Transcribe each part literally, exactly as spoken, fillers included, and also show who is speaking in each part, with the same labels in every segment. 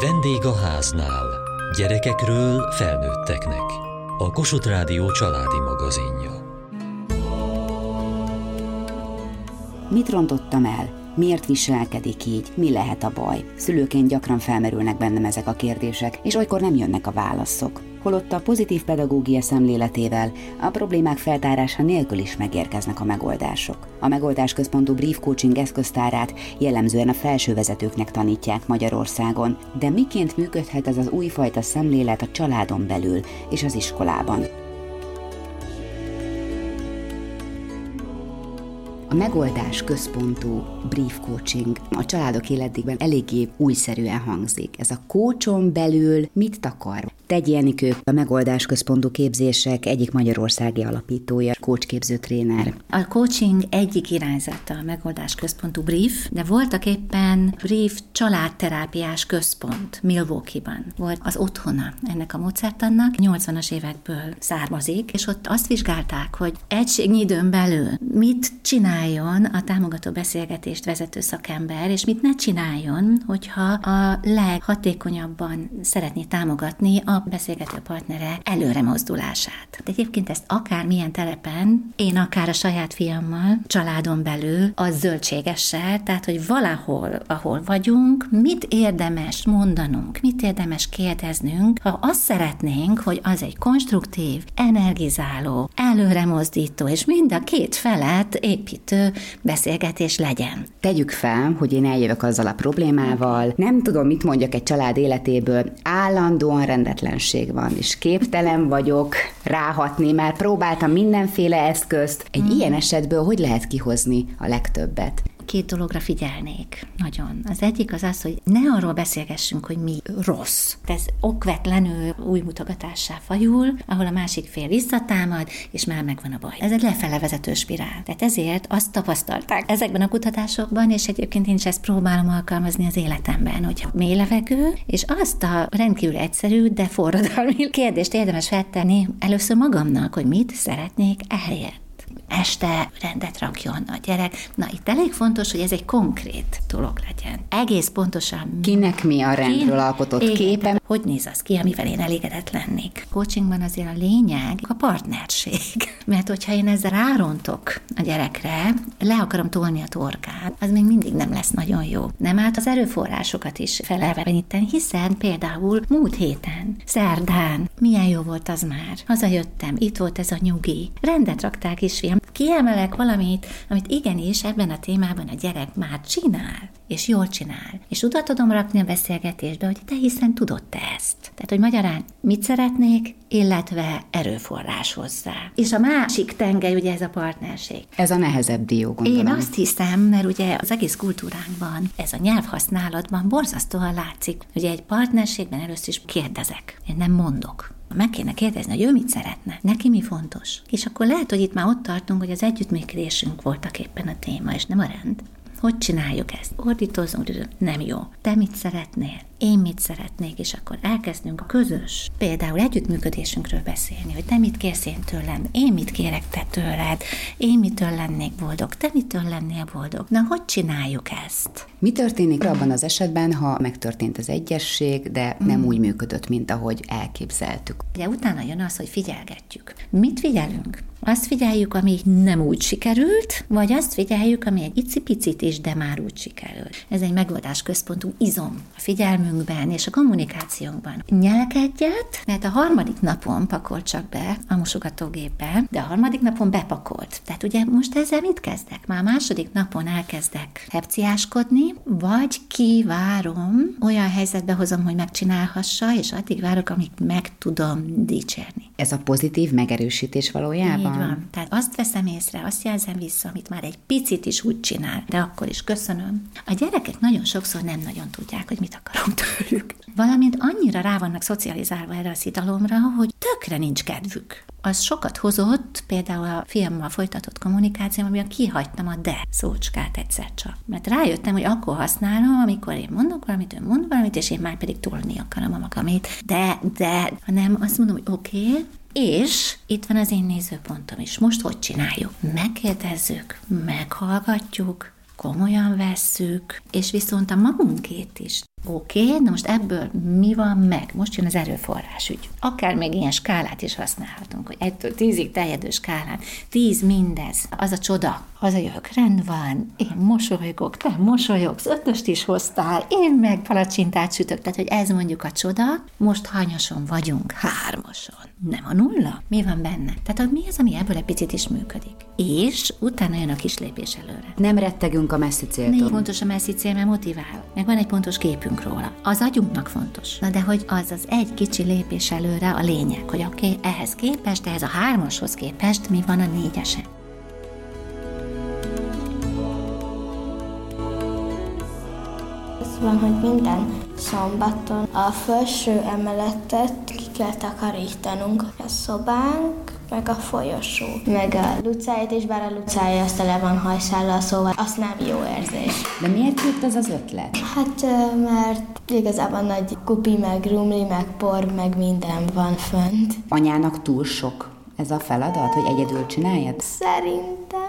Speaker 1: Vendég a háznál. Gyerekekről felnőtteknek. A Kossuth Rádió családi magazinja.
Speaker 2: Mit rontottam el? Miért viselkedik így? Mi lehet a baj? Szülőként gyakran felmerülnek bennem ezek a kérdések, és olykor nem jönnek a válaszok. Holott a pozitív pedagógia szemléletével a problémák feltárása nélkül is megérkeznek a megoldások. A megoldásközpontú brief coaching eszköztárát jellemzően a felsővezetőknek tanítják Magyarországon, de miként működhet ez az újfajta szemlélet a családon belül és az iskolában? A megoldás központú brief coaching a családok életében eléggé újszerűen hangzik. Ez a coachon belül mit takar? Tegyi Enikő, a megoldás központú képzések egyik magyarországi alapítója, coachképző tréner.
Speaker 3: A coaching egyik irányzata a megoldás központú brief, de voltak éppen brief családterápiás központ Milwaukee-ban. Volt az otthona ennek a módszertannak, nyolcvanas évekből származik, és ott azt vizsgálták, hogy egységnyi időn belül mit csináljon a támogató beszélgetést vezető szakember, és mit ne csináljon, hogyha a leghatékonyabban szeretné támogatni a beszélgető partnere előre mozdulását. De egyébként ezt akár milyen telepen, én akár a saját fiammal, családon belül, az zöldségessel, tehát, hogy valahol, ahol vagyunk, mit érdemes mondanunk, mit érdemes kérdeznünk, ha azt szeretnénk, hogy az egy konstruktív, energizáló, előre mozdító, és mind a két felet építő beszélgetés legyen.
Speaker 2: Tegyük fel, hogy én eljövök azzal a problémával, nem tudom, mit mondjak egy család életéből, állandóan rendetlenség van, és képtelen vagyok ráhatni, már próbáltam mindenféle eszközt. Egy hmm. ilyen esetből hogy lehet kihozni a legtöbbet?
Speaker 3: Két dologra figyelnék nagyon. Az egyik az az, hogy ne arról beszélgessünk, hogy mi rossz. Ez okvetlenül új mutogatássá fajul, ahol a másik fél visszatámad, és már megvan a baj. Ez egy lefele vezető spirál. Tehát ezért azt tapasztalták ezekben a kutatásokban, és egyébként én is ezt próbálom alkalmazni az életemben, hogy mély levegő, és azt a rendkívül egyszerű, de forradalmi kérdést érdemes feltenni először magamnak, hogy mit szeretnék ehelyett. Este rendet rakjon a gyerek. Na, itt elég fontos, hogy ez egy konkrét dolog legyen. Egész pontosan.
Speaker 2: Kinek mi a rendről Kin... alkotott igen, képe?
Speaker 3: Hogy néz az ki, amivel én elégedett lennék? Coachingban azért a lényeg a partnerség. Mert hogyha én ezzel rárontok a gyerekre, le akarom tolni a torkát, az még mindig nem lesz nagyon jó. Nem árt az erőforrásokat is felelveníteni, hiszen például múlt héten, szerdán, milyen jó volt az már. Hazajöttem, itt volt ez a nyugi. Rendet rakták, kisfiam. Kiemelek valamit, amit igenis ebben a témában a gyerek már csinál, és jól csinál. És oda tudom rakni a beszélgetésbe, hogy te hiszen tudod te ezt. Tehát, hogy magyarán mit szeretnék, illetve erőforrás hozzá. És a másik tengely, ugye ez a partnerség.
Speaker 2: Ez a nehezebb dió, gondolom.
Speaker 3: Én azt hiszem, mert ugye az egész kultúránkban, ez a nyelvhasználatban borzasztóan látszik. Ugye egy partnerségben először is kérdezek, én nem mondok. Meg kéne kérdezni, hogy ő mit szeretne, neki mi fontos. És akkor lehet, hogy itt már ott tartunk, hogy az együttműködésünk voltak éppen a téma, és nem a rend. Hogy csináljuk ezt? Ordítozunk, nem jó. Te mit szeretnél? Én mit szeretnék? És akkor elkezdünk a közös, például együttműködésünkről beszélni, hogy te mit kérsz én tőlem, én mit kérek te tőled, én mitől lennék boldog, te mitől lennél boldog. Na, hogy csináljuk ezt?
Speaker 2: Mi történik abban az esetben, ha megtörtént az egyesség, de nem mm. úgy működött, mint ahogy elképzeltük?
Speaker 3: Ugye utána jön az, hogy figyelgetjük. Mit figyelünk? Azt figyeljük, ami nem úgy sikerült, vagy azt figyeljük, ami egy icipicit is, de már úgy sikerült. Ez egy megoldásközpontú izom a figyelmünkben és a kommunikációnkban. Nyelek egyet, mert a harmadik napon pakolt csak be a mosogatógépbe, de a harmadik napon bepakolt. Tehát ugye most ezzel mit kezdek? Már a második napon elkezdek hepciáskodni, vagy kivárom, olyan helyzetbe hozom, hogy megcsinálhassa, és addig várok, amíg meg tudom dicsérni.
Speaker 2: Ez a pozitív megerősítés valójában?
Speaker 3: Így van. Tehát azt veszem észre, azt jelzem vissza, amit már egy picit is úgy csinál, de akkor is köszönöm. A gyerekek nagyon sokszor nem nagyon tudják, hogy mit akarom tőlük. Valamint annyira rá vannak szocializálva erre a szidalomra, hogy tökre nincs kedvük. Az sokat hozott, például a fiammal folytatott kommunikáció, amiben kihagytam a de szócskát egyszer csak. Mert rájöttem, hogy akkor használom, amikor én mondok valamit, ő mond valamit, és én már pedig tolni akarom a magamét. De, de, hanem azt mondom, hogy oké, okay, és itt van az én nézőpontom is. Most hogy csináljuk? Megkérdezzük, meghallgatjuk, komolyan vesszük, és viszont a magunkét is. Oké, okay, na most ebből mi van meg? Most jön az erőforrásügy. Akár még ilyen skálát is használhatunk, hogy egytől tízig terjedő skálán. Tíz mindez. Az a csoda. Hazajövök, rend van, én mosolygok, te mosolyogsz, ötöst is hoztál, én meg palacsintát sütök. Tehát, hogy ez mondjuk a csoda, most hányason vagyunk? Hármason. Nem a nulla? Mi van benne? Tehát, hogy mi az, ami ebből egy picit is működik? És utána jön a kis lépés előre.
Speaker 2: Nem rettegünk a messzi céltól.
Speaker 3: Négy fontos a messzi cél, mert motivál. Meg van egy pontos képünk róla. Az agyunknak fontos. Na de hogy az az egy kicsi lépés előre a lényeg, hogy oké, okay, ehhez képest, ehhez a hármashoz képest mi van a négyesen.
Speaker 4: Van, hogy minden szombaton a felső emeletet ki kell takarítanunk. A szobánk, meg a folyosó, meg a lucáját, és bár a lucája azt tele van hajszállal, szóval az nem jó érzés.
Speaker 2: De miért jött ez az ötlet?
Speaker 4: Hát, mert igazából nagy kupi, meg rumli, meg por, meg minden van fönt.
Speaker 2: Anyának túl sok ez a feladat, hogy egyedül csináljad?
Speaker 4: Szerintem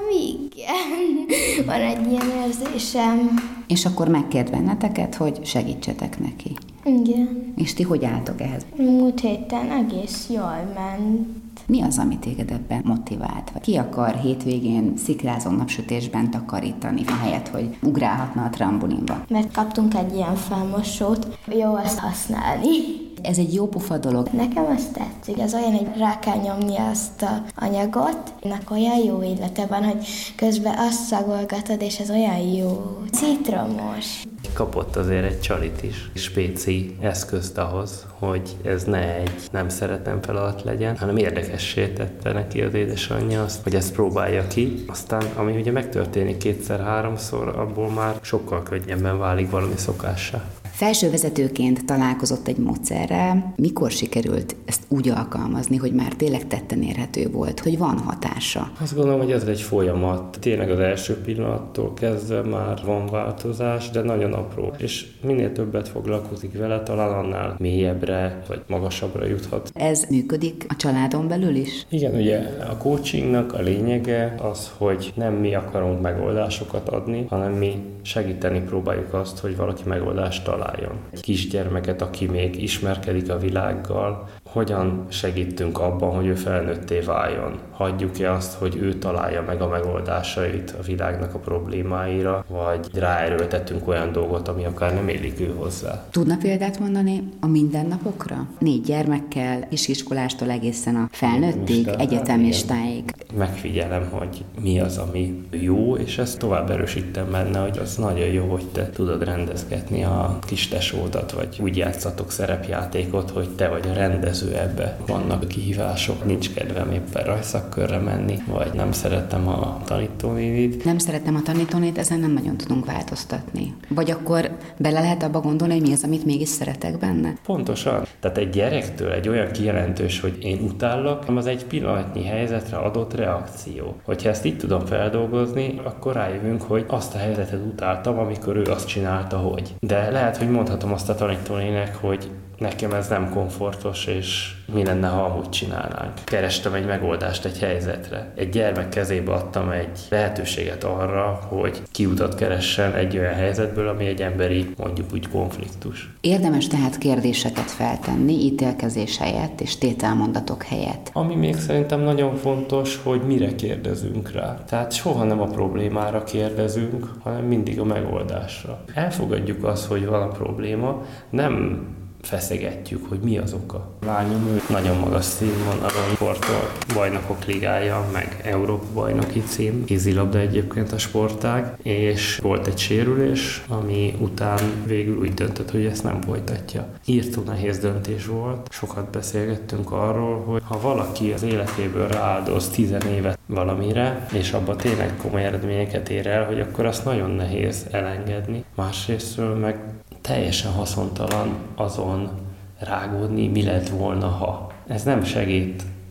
Speaker 4: igen. Van egy ilyen érzésem.
Speaker 2: És akkor megkért benneteket, hogy segítsetek neki.
Speaker 4: Igen.
Speaker 2: És ti hogy álltok ehhez?
Speaker 4: Múlt héten egész jól ment.
Speaker 2: Mi az, ami téged ebben motivált? Ki akar hétvégén szikrázó napsütésben takarítani, ahelyett, hogy ugrálhatna a trambulinba?
Speaker 4: Mert kaptunk egy ilyen felmosót, jó azt használni.
Speaker 2: Ez egy jó pofa dolog.
Speaker 4: Nekem azt tetszik, ez olyan, hogy rá kell nyomni azt a anyagot, ennek olyan jó illata van, hogy közben azt szagolgatod, és ez olyan jó. Citromos.
Speaker 5: Kapott azért egy csalit is, spéci eszközt ahhoz, hogy ez ne egy nem szeretem feladat legyen, hanem érdekessé tette neki az édesanyja azt, hogy ezt próbálja ki. Aztán, ami ugye megtörténik kétszer-háromszor, abból már sokkal könnyebben válik valami szokássá.
Speaker 2: Felsővezetőként találkozott egy módszerrel. Mikor sikerült ezt úgy alkalmazni, hogy már tényleg tetten érhető volt, hogy van hatása?
Speaker 5: Azt gondolom, hogy ez egy folyamat. Tényleg az első pillanattól kezdve már van változás, de nagyon apró. És minél többet foglalkozik vele, talán annál mélyebbre vagy magasabbra juthat.
Speaker 2: Ez működik a családon belül is?
Speaker 5: Igen, ugye a coachingnak a lényege az, hogy nem mi akarunk megoldásokat adni, hanem mi segíteni próbáljuk azt, hogy valaki megoldást találjon. Egy kisgyermeket, aki még ismerkedik a világgal, hogyan segítünk abban, hogy ő felnőtté váljon? Hagyjuk-e azt, hogy ő találja meg a megoldásait a világnak a problémáira, vagy ráerőltetünk olyan dolgot, ami akár nem illik ő hozzá?
Speaker 2: Tudna példát mondani a mindennapokra? Négy gyermekkel, kisiskolástól egészen a felnőttig, egyetemistáig.
Speaker 5: Megfigyelem, hogy mi az, ami jó, és ezt tovább erősítem benne, hogy az nagyon jó, hogy te tudod rendezgetni a kis tesódat, vagy úgy játszatok szerepjátékot, hogy te vagy a rendező ebbe. Vannak kihívások, nincs kedvem éppen rajszakkörre menni, vagy nem szeretem a tanítónénit.
Speaker 2: Nem szeretem a tanítónét, ezen nem nagyon tudunk változtatni. Vagy akkor bele lehet abba gondolni, hogy mi az, amit mégis szeretek benne?
Speaker 5: Pontosan. Tehát egy gyerektől egy olyan kijelentős, hogy én utállak, az egy pillanatnyi helyzetre adott reakció. Hogyha ezt így tudom feldolgozni, akkor rájövünk, hogy azt a helyzetet utáltam, amikor ő azt csinálta, hogy. De lehet, hogy mondhatom azt a tanítónének, hogy nekem ez nem komfortos, és mi lenne, ha amúgy csinálnánk. Kerestem egy megoldást egy helyzetre. Egy gyermek kezébe adtam egy lehetőséget arra, hogy kiutat keressen egy olyan helyzetből, ami egy emberi, mondjuk úgy konfliktus.
Speaker 2: Érdemes tehát kérdéseket feltenni, ítélkezés helyett és tételmondatok helyett.
Speaker 5: Ami még szerintem nagyon fontos, hogy mire kérdezünk rá. Tehát soha nem a problémára kérdezünk, hanem mindig a megoldásra. Elfogadjuk azt, hogy van a probléma, nem feszegetjük, hogy mi az oka. Lányom, ő nagyon magas színvonalon sportol, bajnokok ligája, meg Európa bajnoki cím, kézilabda egyébként a sportág, és volt egy sérülés, ami után végül úgy döntött, hogy ezt nem folytatja. Írtó nehéz döntés volt, sokat beszélgettünk arról, hogy ha valaki az életéből rááldoz tizen évet valamire, és abban tényleg komoly eredményeket ér el, hogy akkor azt nagyon nehéz elengedni. Másrésztről meg teljesen haszontalan azon rágódni, mi lett volna, ha. Ez nem segít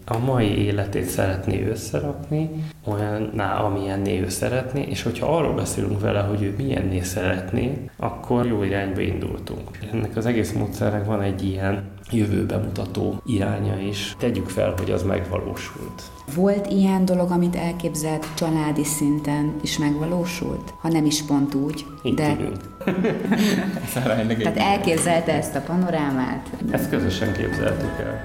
Speaker 5: a mai életét szeretné összerakni, olyanná, amilyenné ő szeretné, és hogyha arról beszélünk vele, hogy ő milyenné szeretné, akkor jó irányba indultunk. Ennek az egész módszernek van egy ilyen jövőbe mutató iránya is. Tegyük fel, hogy az megvalósult.
Speaker 2: Volt ilyen dolog, amit elképzelt családi szinten is megvalósult? Ha nem is pont úgy,
Speaker 5: Itt
Speaker 2: de... Tehát elképzelte ezt a panorámát?
Speaker 5: Ezt közösen képzeltük el.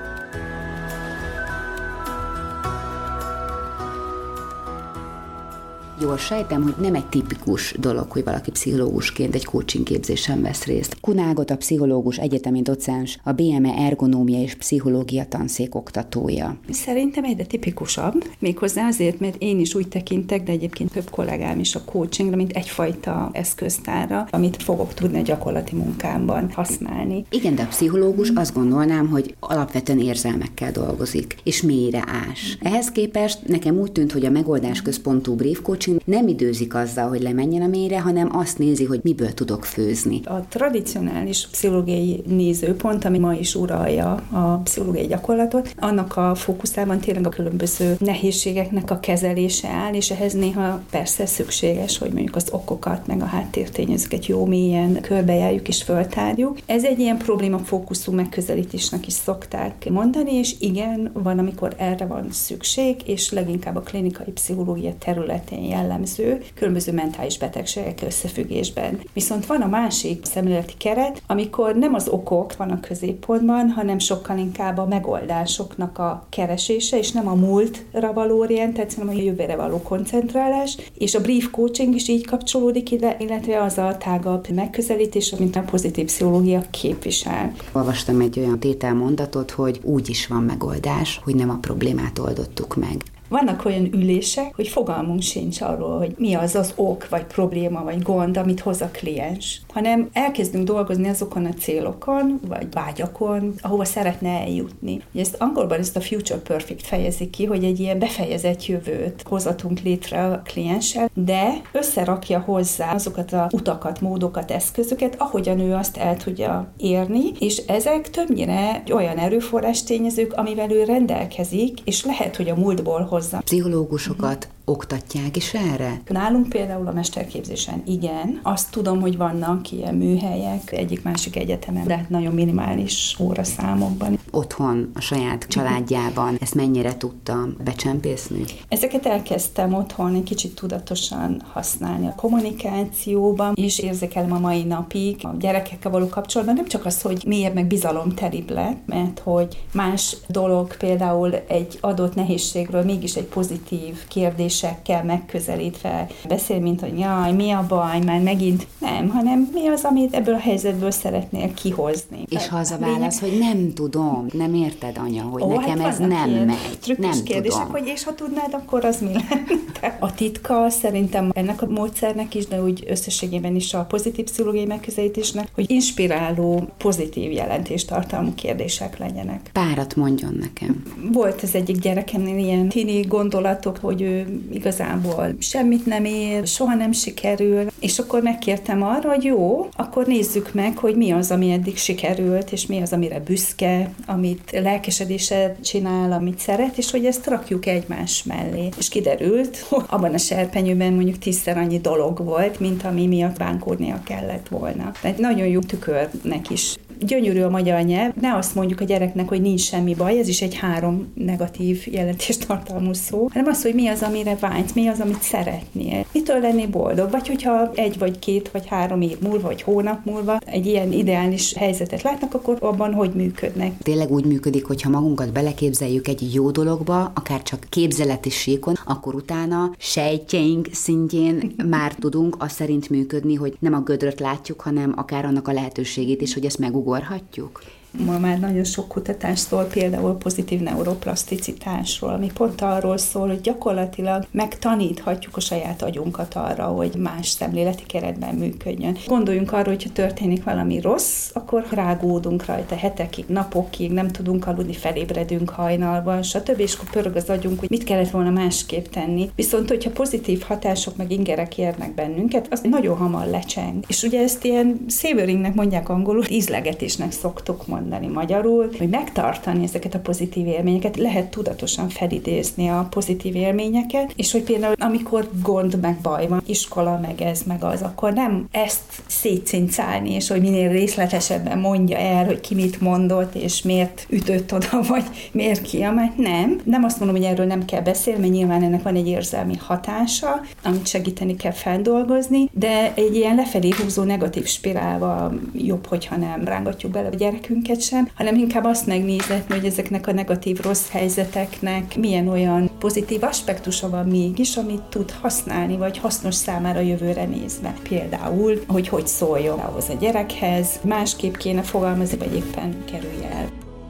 Speaker 2: Jól sejtem, hogy nem egy tipikus dolog, hogy valaki pszichológusként egy coaching képzésen vesz részt. Kunágot, a pszichológus, egyetemi docens, a bé em e ergonómia és pszichológia tanszék oktatója.
Speaker 6: Szerintem egyre tipikusabb, méghozzá azért, mert én is úgy tekintek, de egyébként több kollégám is a coachingra, mint egyfajta eszköztárra, amit fogok tudni a gyakorlati munkámban használni.
Speaker 2: Igen, de a pszichológus azt gondolnám, hogy alapvetően érzelmekkel dolgozik, és mélyre ás. Ehhez képest nekem úgy tűnt, hogy a megoldásközpontú brief coaching nem időzik azzal, hogy lemenjen a mélyre, hanem azt nézi, hogy miből tudok főzni.
Speaker 6: A tradicionális pszichológiai nézőpont, ami ma is uralja a pszichológiai gyakorlatot, annak a fókuszában tényleg a különböző nehézségeknek a kezelése áll, és ehhez néha persze szükséges, hogy mondjuk az okokat, meg a háttértényezőket jó mélyen körbejárjuk és föltárjuk. Ez egy ilyen problémafókuszú megközelítésnek is szokták mondani, és igen, van, amikor erre van szükség, és leginkább a klinikai pszichológia területén jellemző, különböző mentális betegségek összefüggésben. Viszont van a másik szemléleti keret, amikor nem az okok van a középpontban, hanem sokkal inkább a megoldásoknak a keresése, és nem a múltra való orientáció, hanem a jövőre való koncentrálás, és a brief coaching is így kapcsolódik ide, illetve az a tágabb megközelítés, amit a pozitív pszichológia képvisel.
Speaker 2: Olvastam egy olyan tételmondatot, hogy úgy is van megoldás, hogy nem a problémát oldottuk meg.
Speaker 6: Vannak olyan ülések, hogy fogalmunk sincs arról, hogy mi az az ok, vagy probléma, vagy gond, amit hoz a kliens, hanem elkezdünk dolgozni azokon a célokon, vagy vágyakon, ahova szeretne eljutni. Ezt angolban ezt a future perfect fejezi ki, hogy egy ilyen befejezett jövőt hozatunk létre a klienssel, de összerakja hozzá azokat a utakat, módokat, eszközöket, ahogyan ő azt el tudja érni, és ezek többnyire olyan erőforrás tényezők, amivel ő rendelkezik, és lehet, hogy a múltból hozzá.
Speaker 2: Pszichológusokat uh-huh. oktatják is erre?
Speaker 6: Nálunk például a mesterképzésen igen. Azt tudom, hogy vannak ilyen műhelyek egyik-másik egyetemen, de nagyon minimális óraszámokban.
Speaker 2: Otthon, a saját családjában ezt mennyire tudta becsempészni?
Speaker 6: Ezeket elkezdtem otthon egy kicsit tudatosan használni a kommunikációban, és érzékelem a mai napig a gyerekekkel való kapcsolatban nem csak az, hogy mélyebb meg bizalomteribb lett, mert hogy más dolog például egy adott nehézségről mégis egy pozitív kérdésekkel megközelítve beszél, mint hogy jaj, mi a baj, már megint nem, hanem mi az, amit ebből a helyzetből szeretnél kihozni.
Speaker 2: És ha az a válasz, hogy nem tudom, nem érted, anya, hogy Ó, nekem
Speaker 6: hát
Speaker 2: ez nem megy, nem
Speaker 6: kérdések,
Speaker 2: tudom.
Speaker 6: Hogy és ha tudnád, akkor az mi lenne? A titka szerintem ennek a módszernek is, de úgy összességében is a pozitív pszichológiai megközelítésnek, hogy inspiráló, pozitív jelentéstartalmú kérdések legyenek.
Speaker 2: Párat mondjon nekem.
Speaker 6: Volt az egyik gyerekemnél ilyen tini gondolatok, hogy ő igazából semmit nem ér, soha nem sikerül, és akkor megkértem arra, hogy jó, akkor nézzük meg, hogy mi az, ami eddig sikerült, és mi az, amire büszke, amit lelkesedéssel csinál, amit szeret, és hogy ezt rakjuk egymás mellé. És kiderült, hogy abban a serpenyőben mondjuk tízszer annyi dolog volt, mint ami miatt bánkódnia kellett volna. Tehát nagyon jó tükörnek is. Gyönyörű a magyar nyelv, ne azt mondjuk a gyereknek, hogy nincs semmi baj, ez is egy három negatív jelentést tartalmú szó, hanem az, hogy mi az, amire vágysz, mi az, amit szeretnél. Mitől lenni boldog? Vagy hogyha egy vagy két vagy három év múlva, vagy hónap múlva egy ilyen ideális helyzetet látnak, akkor abban hogy működnek?
Speaker 2: Tényleg úgy működik, hogy ha magunkat beleképzeljük egy jó dologba, akár csak képzeleti síkon, akkor utána sejtjeink szintjén már tudunk azt szerint működni, hogy nem a gödröt látjuk, hanem akár annak a lehetőségét is, hogy ezt megugorhatjuk.
Speaker 6: Ma már nagyon sok kutatás szól például pozitív neuroplaszticitásról, ami pont arról szól, hogy gyakorlatilag megtaníthatjuk a saját agyunkat arra, hogy más szemléleti keretben működjön. Gondoljunk arra, hogyha történik valami rossz, akkor rágódunk rajta hetekig, napokig, nem tudunk aludni, felébredünk hajnalban, stb. És akkor pörög az agyunk, hogy mit kellett volna másképp tenni. Viszont, hogyha pozitív hatások meg ingerek érnek bennünket, az nagyon hamar lecseng. És ugye ezt ilyen savoringnek mondják angolul, ízlegetésnek szoktuk mondani. mondani magyarul, hogy megtartani ezeket a pozitív élményeket, lehet tudatosan felidézni a pozitív élményeket, és hogy például amikor gond meg baj van, iskola meg ez meg az, akkor nem ezt szétszincálni, és hogy minél részletesebben mondja el, hogy ki mit mondott, és miért ütött oda, vagy miért kiemelt. Nem. Nem azt mondom, hogy erről nem kell beszélni, mert nyilván ennek van egy érzelmi hatása, amit segíteni kell feldolgozni, de egy ilyen lefelé húzó negatív spirálba jobb, hogyha nem rángatjuk bele a gyerekünket sem, hanem inkább azt megnézetni, hogy ezeknek a negatív rossz helyzeteknek milyen olyan pozitív aspektusa van mégis, amit tud használni, vagy hasznos számára jövőre nézve. Például, hogy hogy szóljon ahhoz a gyerekhez, másképp kéne fogalmazni, vagy éppen kerülje el.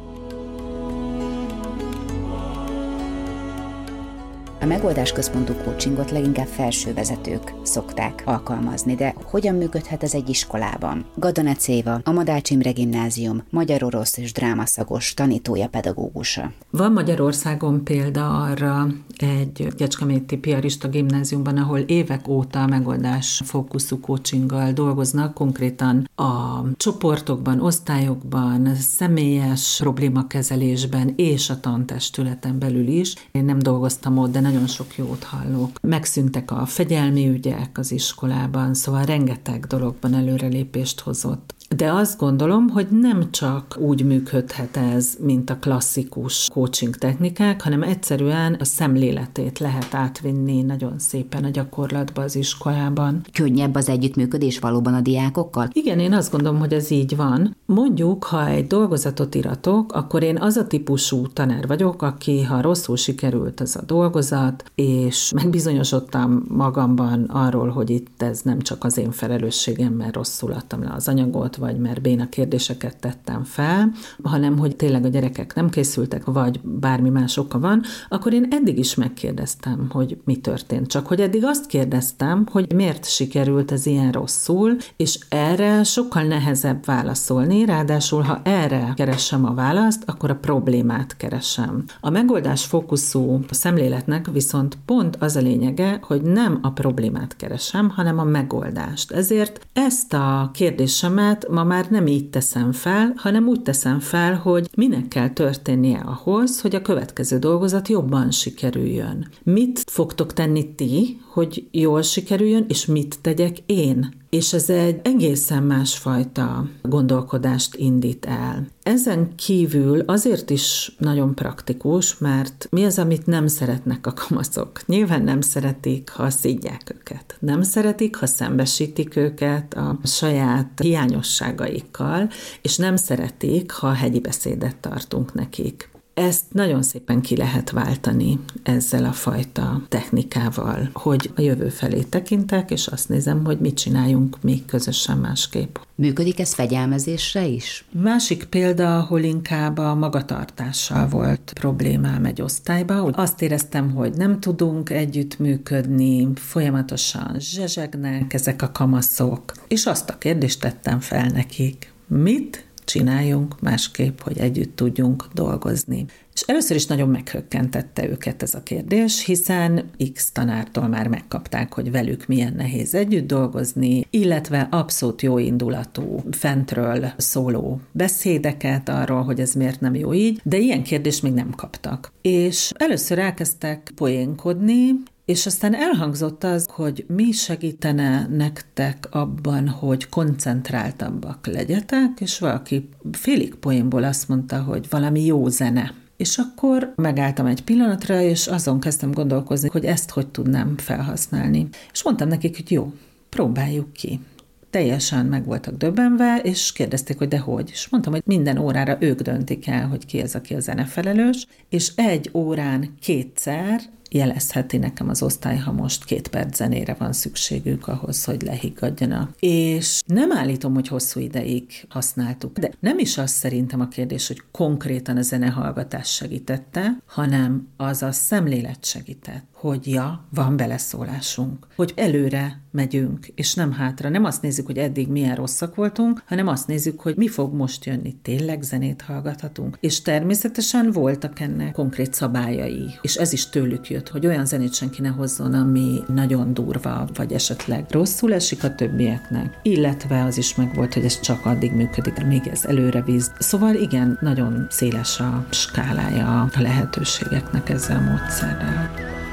Speaker 2: A megoldásközpontú coachingot leginkább felsővezetők szokták alkalmazni, de hogyan működhet ez egy iskolában? Gadanec Éva, a Madács Imre Gimnázium magyar-orosz és drámaszagos tanítója, pedagógusa.
Speaker 7: Van Magyarországon példa arra egy Kecskeméti Piarista Gimnáziumban, ahol évek óta a megoldás fókuszú coachinggal dolgoznak, konkrétan a csoportokban, osztályokban, személyes problémakezelésben és a tantestületen belül is. Én nem dolgoztam ott, de nagyon sok jót hallok. Megszűntek a fegyelmi ügyek az iskolában, szóval rengeteg dologban előrelépést hozott. De azt gondolom, hogy nem csak úgy működhet ez, mint a klasszikus coaching technikák, hanem egyszerűen a szemléletét lehet átvinni nagyon szépen a gyakorlatba az iskolában.
Speaker 2: Könnyebb az együttműködés valóban a diákokkal?
Speaker 7: Igen, én azt gondolom, hogy ez így van. Mondjuk, ha egy dolgozatot iratok, akkor én az a típusú tanár vagyok, aki, ha rosszul sikerült az a dolgozat, és megbizonyosodtam magamban arról, hogy itt ez nem csak az én felelősségem, mert rosszul adtam le az anyagot, vagy mert béna kérdéseket tettem fel, hanem hogy tényleg a gyerekek nem készültek, vagy bármi más oka van, akkor én eddig is megkérdeztem, hogy mi történt. Csak hogy eddig azt kérdeztem, hogy miért sikerült ez ilyen rosszul, és erre sokkal nehezebb válaszolni, ráadásul ha erre keresem a választ, akkor a problémát keresem. A megoldás fókuszú szemléletnek viszont pont az a lényege, hogy nem a problémát keresem, hanem a megoldást. Ezért ezt a kérdésemet ma már nem így teszem fel, hanem úgy teszem fel, hogy minek kell történnie ahhoz, hogy a következő dolgozat jobban sikerüljön. Mit fogtok tenni ti, hogy jól sikerüljön, és mit tegyek én? És ez egy egészen másfajta gondolkodást indít el. Ezen kívül azért is nagyon praktikus, mert mi az, amit nem szeretnek a kamaszok? Nyilván nem szeretik, ha szidják őket. Nem szeretik, ha szembesítik őket a saját hiányosságaikkal, és nem szeretik, ha hegyi beszédet tartunk nekik. Ezt nagyon szépen ki lehet váltani ezzel a fajta technikával, hogy a jövő felé tekintek, és azt nézem, hogy mit csináljunk még közösen másképp.
Speaker 2: Működik ez fegyelmezésre is?
Speaker 7: Másik példa, ahol inkább a magatartással volt problémám egy osztályban. Azt éreztem, hogy nem tudunk együttműködni, folyamatosan zsezsegnek ezek a kamaszok, és azt a kérdést tettem fel nekik. Mit csináljunk másképp, hogy együtt tudjunk dolgozni. És először is nagyon meghökkentette őket ez a kérdés, hiszen X tanártól már megkapták, hogy velük milyen nehéz együtt dolgozni, illetve abszolút jó indulatú, fentről szóló beszédeket arról, hogy ez miért nem jó így, de ilyen kérdést még nem kaptak. És először elkezdtek poénkodni, és aztán elhangzott az, hogy mi segítene nektek abban, hogy koncentráltabbak legyetek, és valaki félig poénból azt mondta, hogy valami jó zene. És akkor megálltam egy pillanatra, és azon kezdtem gondolkozni, hogy ezt hogy tudnám felhasználni. És mondtam nekik, hogy jó, próbáljuk ki. Teljesen meg voltak döbbenve, és kérdezték, hogy de hogy. És mondtam, hogy minden órára ők döntik el, hogy ki az, aki a zenefelelős, és egy órán kétszer jelezheti nekem az osztály, ha most két perc zenére van szükségük ahhoz, hogy lehiggadjanak. És nem állítom, hogy hosszú ideig használtuk, de nem is az szerintem a kérdés, hogy konkrétan a zenehallgatás segítette, hanem az a szemlélet segített, hogy ja, van beleszólásunk, hogy előre megyünk, és nem hátra. Nem azt nézzük, hogy eddig milyen rosszak voltunk, hanem azt nézzük, hogy mi fog most jönni. Tényleg zenét hallgathatunk. És természetesen voltak ennek konkrét szabályai, és ez is tőlük jött, hogy olyan zenét senki ne hozzon, ami nagyon durva, vagy esetleg rosszul esik a többieknek. Illetve az is megvolt, hogy ez csak addig működik, még ez előre víz. Szóval igen, nagyon széles a skálája a lehetőségeknek ezzel a módszerrel.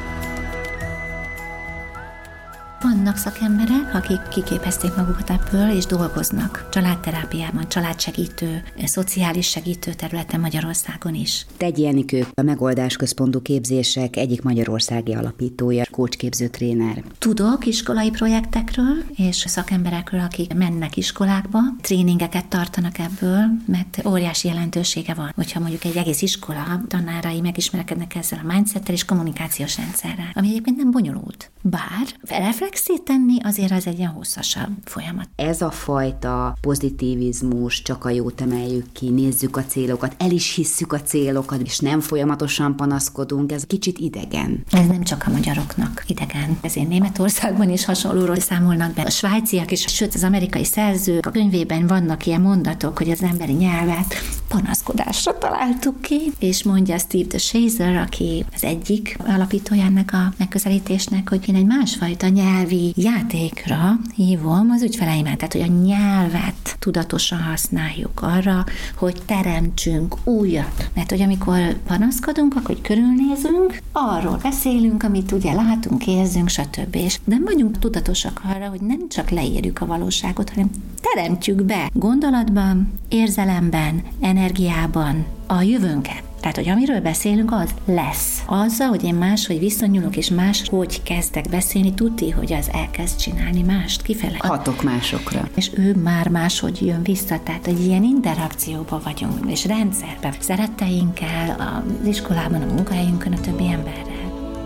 Speaker 3: Vannak szakemberek, akik kiképezték magukat ebből, és dolgoznak családterápiában, családsegítő, szociális segítő területen Magyarországon is.
Speaker 2: Tegyi Enikő, a Megoldásközpontú képzések egyik magyarországi alapítója, coachképző tréner.
Speaker 3: Tudok iskolai projektekről és szakemberekről, akik mennek iskolákba, tréningeket tartanak ebből, mert óriási jelentősége van, hogyha mondjuk egy egész iskola tanárai megismerkednek ezzel a mindsettel és kommunikációs rendszerrel, ami egyébként nem bonyolult. Bár reflexét tenni azért az egy ilyen hosszasabb folyamat.
Speaker 2: Ez a fajta pozitivizmus, csak a jót emeljük ki, nézzük a célokat, el is hisszük a célokat, és nem folyamatosan panaszkodunk, ez kicsit idegen.
Speaker 3: Ez nem csak a magyaroknak idegen. Ezért Németországban is hasonlóról számolnak be. A svájciak is, sőt az amerikai szerzők a könyvében vannak ilyen mondatok, hogy az emberi nyelvet panaszkodásra találtuk ki, és mondja Steve DeShazer, aki az egyik alapítója ennek a megközelítésnek, hogy én egy másfajta nyelvi játékra hívom az ügyfeleimet, tehát hogy a nyelvet tudatosan használjuk arra, hogy teremtsünk újat. Mert hogy amikor panaszkodunk, akkor hogy körülnézünk, arról beszélünk, amit ugye látunk, érzünk, stb. És nem vagyunk tudatosak arra, hogy nem csak leírjuk a valóságot, hanem teremtjük be gondolatban, érzelemben, energiában a jövőnket. Tehát, hogy amiről beszélünk, az lesz. Azzal, hogy én máshogy viszonyulok, és más, hogy kezdek beszélni, tudti, hogy az elkezd csinálni mást kifele.
Speaker 2: Hatok másokra.
Speaker 3: És ő már máshogy jön vissza, tehát egy ilyen interakcióban vagyunk, és rendszerben, szeretteinkkel, az iskolában, a munkahelyünkön, a többi emberrel.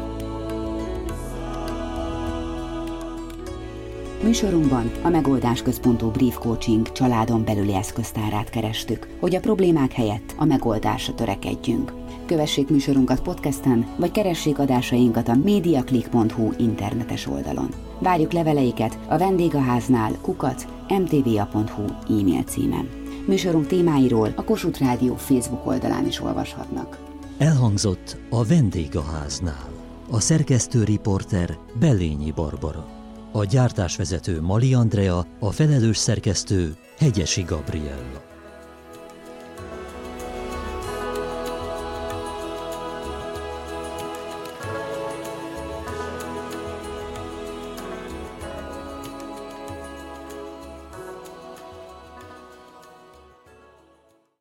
Speaker 2: Műsorunkban a Megoldásközpontú Brief Coaching családon belüli eszköztárát kerestük, hogy a problémák helyett a megoldásra törekedjünk. Kövessék műsorunkat podcasten, vagy keressék adásainkat a mediaclick pont hu internetes oldalon. Várjuk leveleiket a vendégháznál kukac em té vé á pont hu e-mail címen. Műsorunk témáiról a Kossuth Rádió Facebook oldalán is olvashatnak.
Speaker 1: Elhangzott a Vendégháznál. A szerkesztő riporter Bellényi Barbara. A gyártásvezető Mali Andrea, a felelős szerkesztő Hegyesi Gabriella.